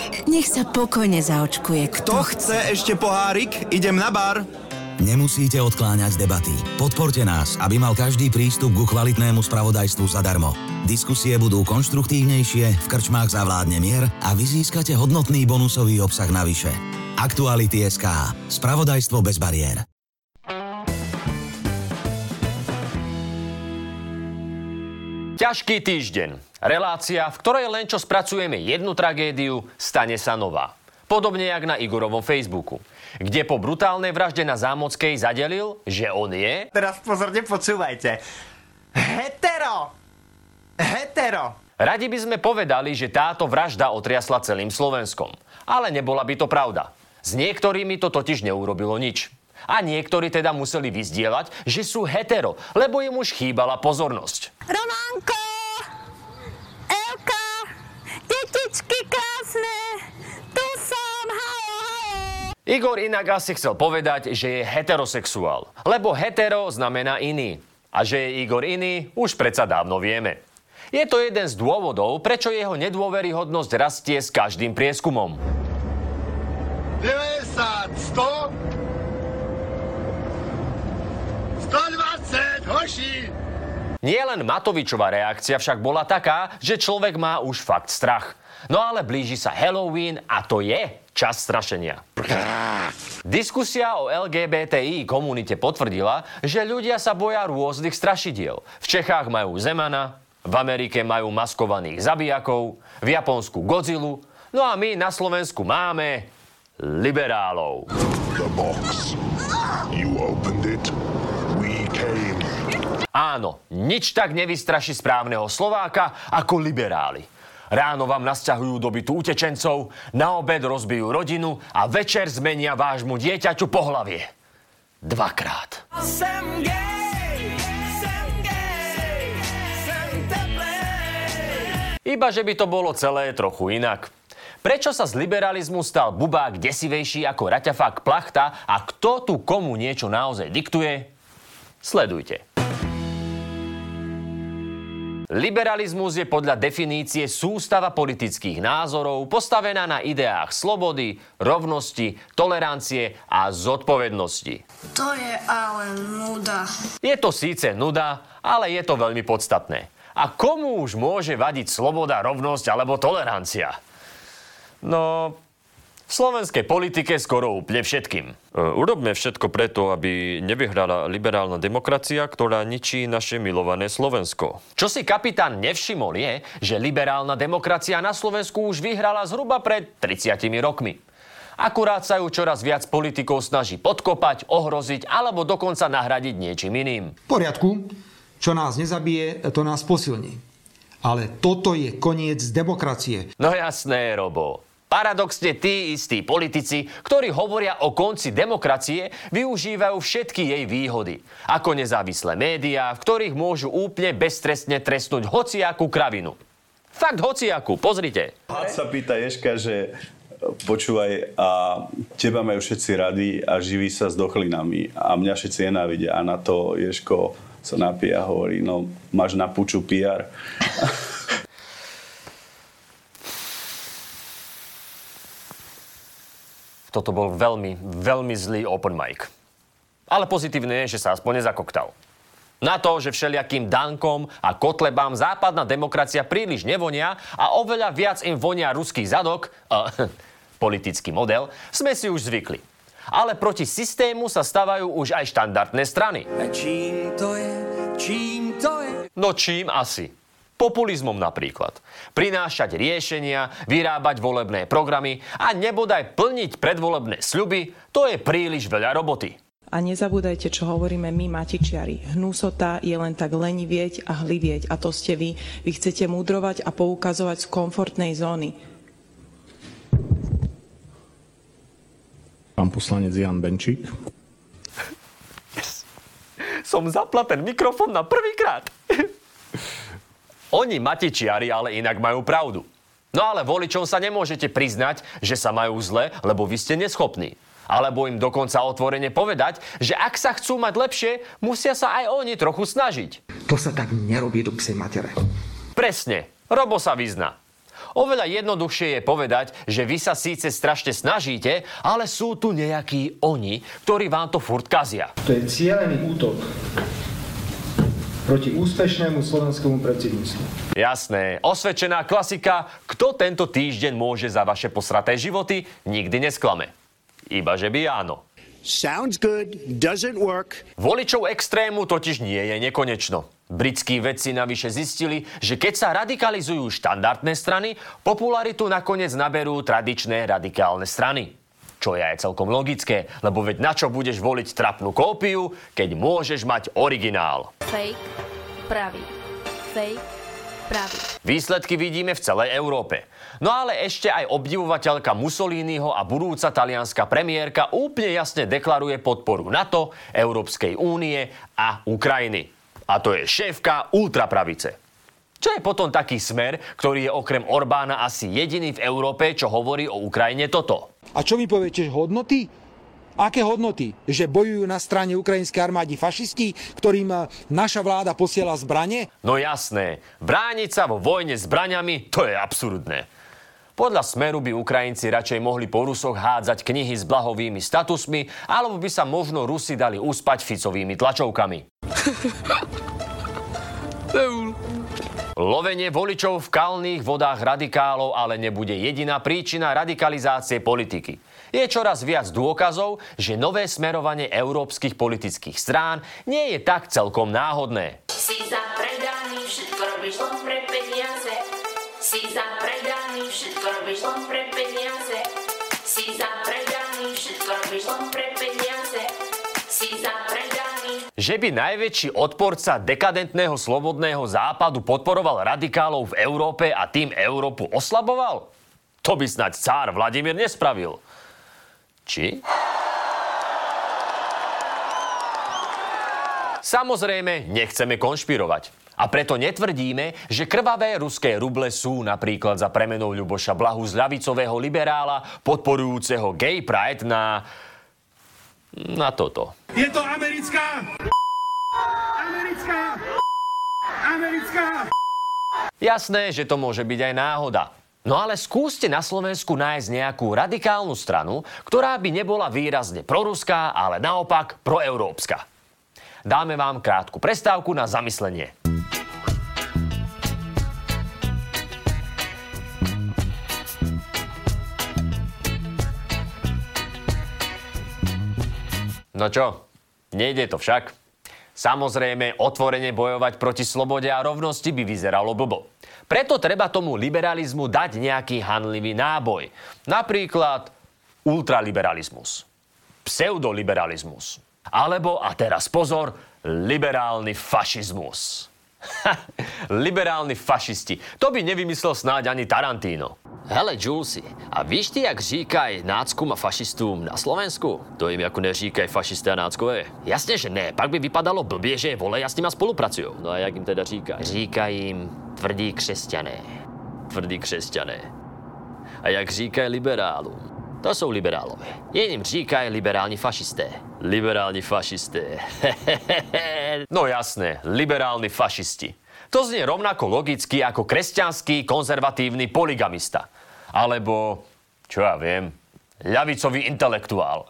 Nech sa pokojne zaočkuje. Kto chce ešte pohárik? Idem na bar. Nemusíte odkláňať debaty. Podporte nás, aby mal každý prístup ku kvalitnému spravodajstvu zadarmo. Diskusie budú konštruktívnejšie, v krčmách zavládne mier a vy získate hodnotný bonusový obsah navyše. Aktuality.sk. Spravodajstvo bez bariér. Ťažký týždeň. Relácia, v ktorej len čo spracujeme jednu tragédiu, stane sa nová. Podobne jak na Igorovom Facebooku, kde po brutálnej vražde na Zámockej zadelil, že on je... Teraz pozorne počúvajte. Hetero! Radi by sme povedali, že táto vražda otriasla celým Slovenskom. Ale nebola by to pravda. S niektorými to totiž neurobilo nič. A niektorí teda museli vyzdieľať, že sú hetero, lebo im už chýbala pozornosť. Románko! Elka! Detičky krásne! Tu som! Halo! Igor inak asi chcel povedať, že je heterosexuál, lebo hetero znamená iný. A že je Igor iný, už predsa dávno vieme. Je to jeden z dôvodov, prečo jeho nedôveryhodnosť rastie s každým prieskumom. 90, 100... 120, hoši! Nielen Matovičová reakcia však bola taká, že človek má už fakt strach. No ale blíži sa Halloween a to je čas strašenia. Diskusia o LGBTI komunite potvrdila, že ľudia sa boja rôznych strašidiel. V Čechách majú Zemana, v Amerike majú maskovaných zabijakov, v Japonsku Godzillu, no a my na Slovensku máme liberálov. The box. You opened it. We came. Áno, nič tak nevystraší správneho Slováka ako liberáli. Ráno vám nasťahujú do bytu utečencov, na obed rozbijú rodinu a večer zmenia vášmu dieťaťu pohlavie. Dvakrát. Iba že by to bolo celé trochu inak. Prečo sa z liberalizmu stal bubák desivejší ako raťafák plachta a kto tu komu niečo naozaj diktuje? Sledujte. Liberalizmus je podľa definície sústava politických názorov postavená na ideách slobody, rovnosti, tolerancie a zodpovednosti. To je ale nuda. Je to síce nuda, ale je to veľmi podstatné. A komu už môže vadiť sloboda, rovnosť alebo tolerancia? No, v slovenskej politike skoro úplne všetkým. Urobme všetko preto, aby nevyhrala liberálna demokracia, ktorá ničí naše milované Slovensko. Čo si kapitán nevšimol je, že liberálna demokracia na Slovensku už vyhrala zhruba pred 30 rokmi. Akurát sa ju čoraz viac politikov snaží podkopať, ohroziť alebo dokonca nahradiť niečím iným. V poriadku, čo nás nezabije, to nás posilní. Ale toto je koniec demokracie. No jasné, Robo. Paradoxne tí istí politici, ktorí hovoria o konci demokracie, využívajú všetky jej výhody. Ako nezávislé médiá, v ktorých môžu úplne beztrestne trestnúť hociakú kravinu. Fakt hociakú, pozrite. Sa pýta Ježka, že počúvaj, a teba majú všetci radi a živí sa s dochlinami a mňa všetci nenávidia. A na to Ježko sa napije a hovorí, no máš na puču PR. Toto bol veľmi zlý open mic. Ale pozitívne je, že sa aspoň nezakoktal. Na to, že všelijakým Dankom a Kotlebám západná demokracia príliš nevonia a oveľa viac im vonia ruský zadok, politický model, sme si už zvykli. Ale proti systému sa stavajú už aj štandardné strany. Čím to je? No čím asi? Populizmom napríklad. Prinášať riešenia, vyrábať volebné programy a nebodaj plniť predvolebné sľuby, to je príliš veľa roboty. A nezabúdajte, čo hovoríme my, matičiari. Hnusota je len tak lenivieť a hlivieť. A to ste vy. Vy chcete múdrovať a poukazovať z komfortnej zóny. Pán poslanec Jan Benčík. Yes. Som zapla ten mikrofón na prvýkrát. Oni matičiari ale inak majú pravdu. No ale voličom sa nemôžete priznať, že sa majú zle, lebo vy ste neschopní. Alebo im dokonca otvorene povedať, že ak sa chcú mať lepšie, musia sa aj oni trochu snažiť. To sa tak nerobí do psej matere. Presne. Robo sa vyzná. Oveľa jednoduchšie je povedať, že vy sa síce strašne snažíte, ale sú tu nejakí oni, ktorí vám to furt kazia. To je cielený útok proti úspešnému slovenskému predsedníctvu. Jasné, osvedčená klasika, kto tento týždeň môže za vaše posraté životy, nikdy nesklame. Iba že by áno. Sounds good, doesn't work. Voličov extrému totiž nie je nekonečno. Britskí vedci navyše zistili, že keď sa radikalizujú štandardné strany, popularitu nakoniec naberú tradičné radikálne strany. Čo je aj celkom logické, lebo veď na čo budeš voliť trapnú kópiu, keď môžeš mať originál. Fake, pravý. Fake, pravý. Výsledky vidíme v celej Európe. No ale ešte aj obdivovateľka Mussoliniho a budúca talianska premiérka úplne jasne deklaruje podporu NATO, Európskej únie a Ukrajiny. A to je šéfka ultrapravice. Čo je potom taký Smer, ktorý je okrem Orbána asi jediný v Európe, čo hovorí o Ukrajine toto? A čo mi poviete, hodnoty? Aké hodnoty? Že bojujú na strane ukrajinskej armády fašisti, ktorým naša vláda posiela zbrane? No jasné, brániť sa vo vojne s zbraňami, to je absurdné. Podľa Smeru by Ukrajinci radšej mohli po Rusoch hádzať knihy s blahovými statusmi, alebo by sa možno Rusi dali uspať Ficovými tlačovkami. Lovenie voličov v kalných vodách radikálov ale nebude jediná príčina radikalizácie politiky. Je čoraz viac dôkazov, že nové smerovanie európskych politických strán nie je tak celkom náhodné. Si zapredaný, všetko robíš len pre peniaze. Si zapredaný, všetko robíš len pre peniaze. Si zapredaný, všetko robíš len pre peniaze. Si zapredaný. Že by najväčší odporca dekadentného slobodného západu podporoval radikálov v Európe a tým Európu oslaboval? To by snáď cár Vladimír nespravil. Či? Samozrejme, nechceme konšpirovať. A preto netvrdíme, že krvavé ruské ruble sú napríklad za premenou Ľuboša Blahu z ľavicového liberála podporujúceho gay pride na toto. Je to americká! Jasné, že to môže byť aj náhoda. No ale skúste na Slovensku nájsť nejakú radikálnu stranu, ktorá by nebola výrazne proruská, ale naopak proeurópska. Dáme vám krátku prestávku na zamyslenie. No čo, nejde to však? Samozrejme, otvorene bojovať proti slobode a rovnosti by vyzeralo blbo. Preto treba tomu liberalizmu dať nejaký hanlivý náboj. Napríklad ultraliberalizmus, pseudoliberalizmus, alebo, a teraz pozor, liberálny fašizmus. Liberálni fašisti. To by nevymyslel snáď ani Tarantino. Hele, Julesi, a víš ty, jak říkají náckům a fašistům na Slovensku? To jim jako neříkají fašisté a náckové. Jasně, že ne, pak by vypadalo blbě, že je volej a s nima spolupracují. No a jak jim teda říkají? Říkají jim tvrdí křesťané. Tvrdí křesťané. A jak říkají liberálům? To jsou liberálové. Jiným říkají liberální fašisté. Liberální fašisté. No jasné, liberálni fašisti. To znie rovnako logicky ako kresťanský konzervatívny poligamista. Alebo, čo ja viem, ľavicový intelektuál.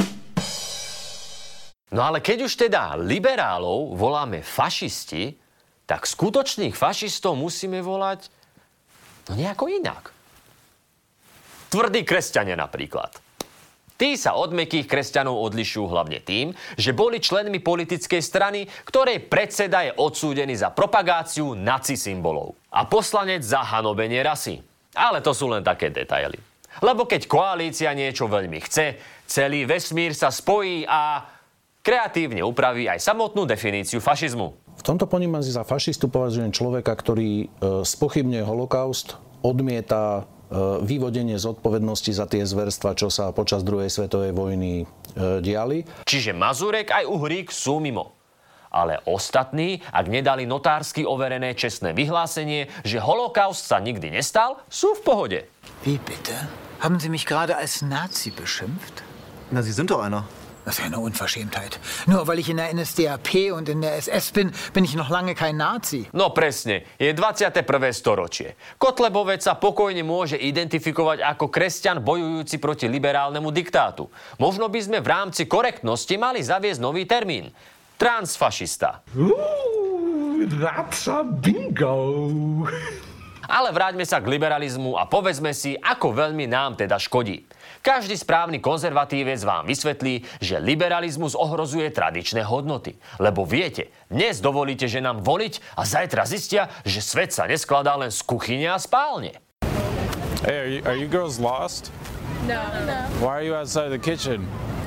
No ale keď už teda liberálov voláme fašisti, tak skutočných fašistov musíme volať nejako inak. Tvrdí kresťania napríklad. Tí sa od mäkkých kresťanov odlišujú hlavne tým, že boli členmi politickej strany, ktorej predseda je odsúdený za propagáciu nacisymbolov a poslanec za hanobenie rasy. Ale to sú len také detaily. Lebo keď koalícia niečo veľmi chce, celý vesmír sa spojí a kreatívne upraví aj samotnú definíciu fašizmu. V tomto ponímaní za fašistu považujem človeka, ktorý spochybňuje holokaust, odmieta vyvodenie zodpovednosti za tie zverstva, čo sa počas druhej svetovej vojny diali. Čiže Mazurek aj Uhrík sú mimo. Ale ostatní, ak nedali notársky overené čestné vyhlásenie, že holokaust sa nikdy nestal, sú v pohode. Wie bitte? Haben Sie mich gerade als Nazi beschimpft? Na, Sie sind doch einer. Das ist eine Unverschämtheit. Nur weil ich in der NSDAP und in der SS bin, bin ich noch lange kein Nazi. No presne, je 21. storočie. Kotlebovec sa pokojne môže identifikovať ako kresťan bojujúci proti liberálnemu diktátu. Možno by sme v rámci korektnosti mali zaviesť nový termín. Transfašista. That's a bingo. Ale vráťme sa k liberalizmu a povedzme si, ako veľmi nám teda škodí. Každý správny konzervatívec vám vysvetlí, že liberalizmus ohrozuje tradičné hodnoty. Lebo viete, dnes dovolíte ženám voliť a zajtra zistia, že svet sa neskladá len z kuchyne a spálne. Hey, are you girls lost? No. Why are you outside the kitchen?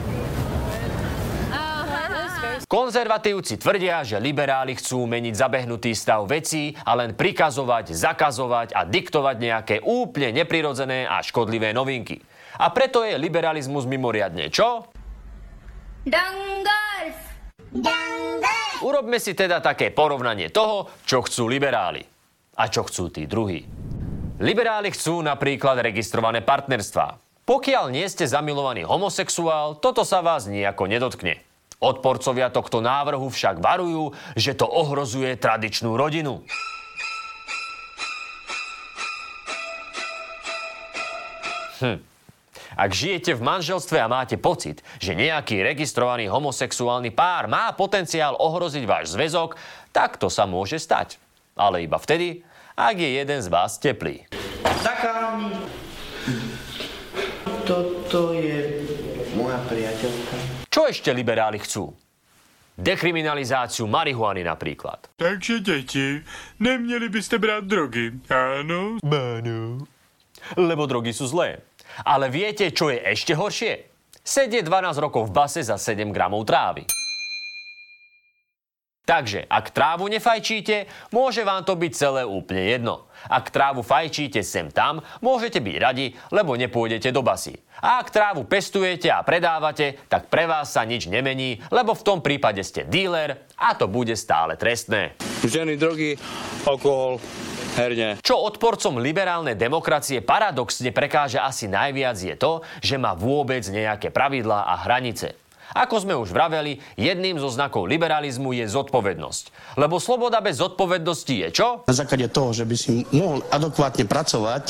Konzervatívci tvrdia, že liberáli chcú meniť zabehnutý stav vecí a len prikazovať, zakazovať a diktovať nejaké úplne neprirodzené a škodlivé novinky. A preto je liberalizmus mimoriadne čo? Dangolf! Urobme si teda také porovnanie toho, čo chcú liberáli a čo chcú tí druhí. Liberáli chcú napríklad registrované partnerstvá. Pokiaľ nie ste zamilovaný homosexuál, toto sa vás nijako nedotkne. Odporcovia tohto návrhu však varujú, že to ohrozuje tradičnú rodinu. Ak žijete v manželstve a máte pocit, že nejaký registrovaný homosexuálny pár má potenciál ohroziť váš zväzok, tak to sa môže stať. Ale iba vtedy, ak je jeden z vás teplý. Taká... Toto je moja priateľka. Čo ešte liberáli chcú? Dekriminalizáciu marihuany napríklad. Takže deti, neměli byste brát drogy, áno? Áno. Lebo drogy sú zlé. Ale viete, čo je ešte horšie? Sedieť 12 rokov v base za 7 gramov trávy. Takže, ak trávu nefajčíte, môže vám to byť celé úplne jedno. Ak trávu fajčíte sem tam, môžete byť radi, lebo nepôjdete do basy. A ak trávu pestujete a predávate, tak pre vás sa nič nemení, lebo v tom prípade ste díler a to bude stále trestné. Ženy, drogy, alkohol, herne. Čo odporcom liberálnej demokracie paradoxne prekáža asi najviac je to, že má vôbec nejaké pravidlá a hranice. Ako sme už vraveli, jedným zo znakov liberalizmu je zodpovednosť. Lebo sloboda bez zodpovednosti je čo? Na základe toho, že by si mohol adekvátne pracovať,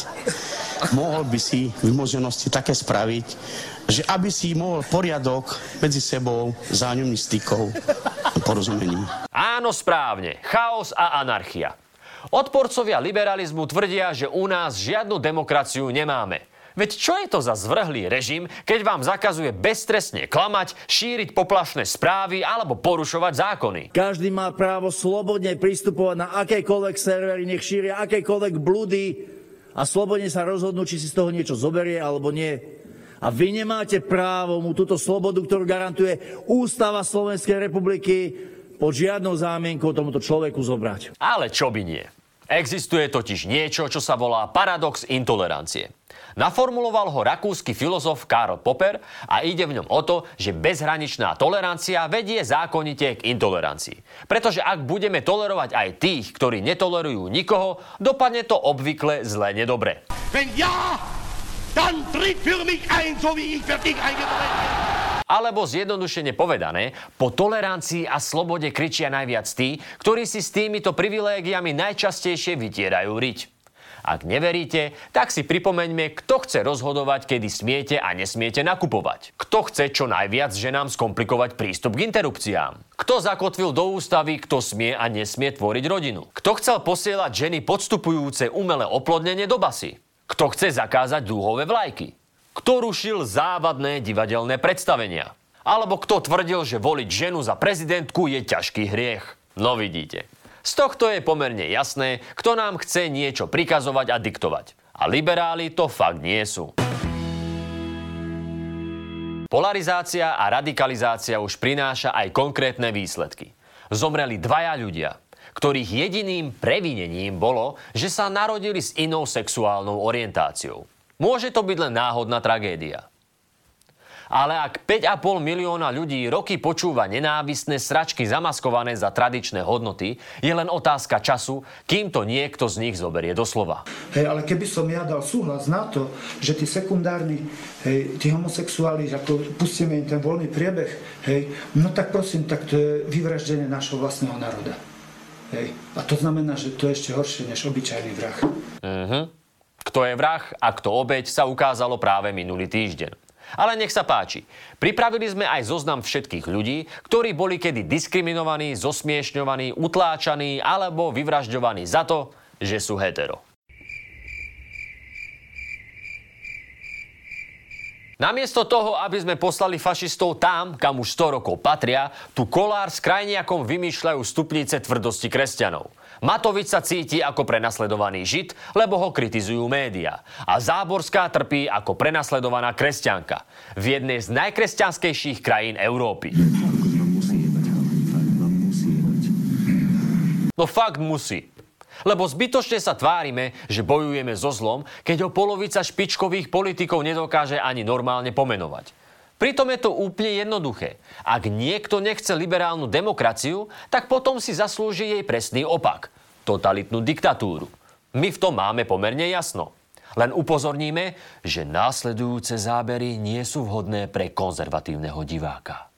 mohol by si v možnosti také spraviť, že aby si mohol poriadok medzi sebou, vzájomných stykov a porozumení. Áno, správne. Chaos a anarchia. Odporcovia liberalizmu tvrdia, že u nás žiadnu demokraciu nemáme. Veď čo je to za zvrhlý režim, keď vám zakazuje beztrestne klamať, šíriť poplašné správy alebo porušovať zákony? Každý má právo slobodne pristupovať na akékoľvek servery, nech šíria akékoľvek blúdy a slobodne sa rozhodnú, či si z toho niečo zoberie alebo nie. A vy nemáte právo mu túto slobodu, ktorú garantuje Ústava Slovenskej republiky, pod žiadnou zámienkou tomuto človeku zobrať. Ale čo by nie? Existuje totiž niečo, čo sa volá paradox intolerancie. Naformuloval ho rakúsky filozof Karl Popper a ide v ňom o to, že bezhraničná tolerancia vedie zákonite k intolerancii. Pretože ak budeme tolerovať aj tých, ktorí netolerujú nikoho, dopadne to obvykle zle nedobre. Wenn ja, dann tritt für mich ein, so wie ich für dich eingetreten bin. Alebo zjednodušene povedané, po tolerancii a slobode kričia najviac tí, ktorí si s týmito privilégiami najčastejšie vytierajú riť. Ak neveríte, tak si pripomeňme, kto chce rozhodovať, kedy smiete a nesmiete nakupovať. Kto chce čo najviac ženám skomplikovať prístup k interrupciám. Kto zakotvil do ústavy, kto smie a nesmie tvoriť rodinu. Kto chcel posielať ženy podstupujúce umelé oplodnenie do basy. Kto chce zakázať dúhové vlajky. Kto rušil závadné divadelné predstavenia. Alebo kto tvrdil, že voliť ženu za prezidentku je ťažký hriech. No vidíte. Z tohto je pomerne jasné, kto nám chce niečo prikazovať a diktovať. A liberáli to fakt nie sú. Polarizácia a radikalizácia už prináša aj konkrétne výsledky. Zomreli 2 ľudia, ktorých jediným previnením bolo, že sa narodili s inou sexuálnou orientáciou. Môže to byť len náhodná tragédia. Ale ak 5,5 milióna ľudí roky počúva nenávistné sračky zamaskované za tradičné hodnoty, je len otázka času, kým to niekto z nich zoberie doslova. Hej, ale keby som ja dal súhlas na to, že tí sekundárni, hej, tí homosexuáli, ako pustíme im ten voľný priebeh, hej, no tak prosím, tak to je vyvraždenie našho vlastného národa. Hej. A to znamená, že to je ešte horšie než obyčajný vrah. Kto je vrah a kto obeť, sa ukázalo práve minulý týždeň. Ale nech sa páči. Pripravili sme aj zoznam všetkých ľudí, ktorí boli kedy diskriminovaní, zosmiešňovaní, utláčaní alebo vyvražďovaní za to, že sú hetero. Namiesto toho, aby sme poslali fašistov tam, kam už 100 rokov patria, tu Kollár s Krajniakom vymýšľajú stupnice tvrdosti kresťanov. Matovič sa cíti ako prenasledovaný Žid, lebo ho kritizujú médiá. A Záborská trpí ako prenasledovaná kresťanka v jednej z najkresťanskejších krajín Európy. No fakt musí. Lebo zbytočne sa tvárime, že bojujeme so zlom, keď ho polovica špičkových politikov nedokáže ani normálne pomenovať. Pritom je to úplne jednoduché. Ak niekto nechce liberálnu demokraciu, tak potom si zaslúži jej presný opak. Totalitnú diktatúru. My v tom máme pomerne jasno. Len upozorníme, že následujúce zábery nie sú vhodné pre konzervatívneho diváka.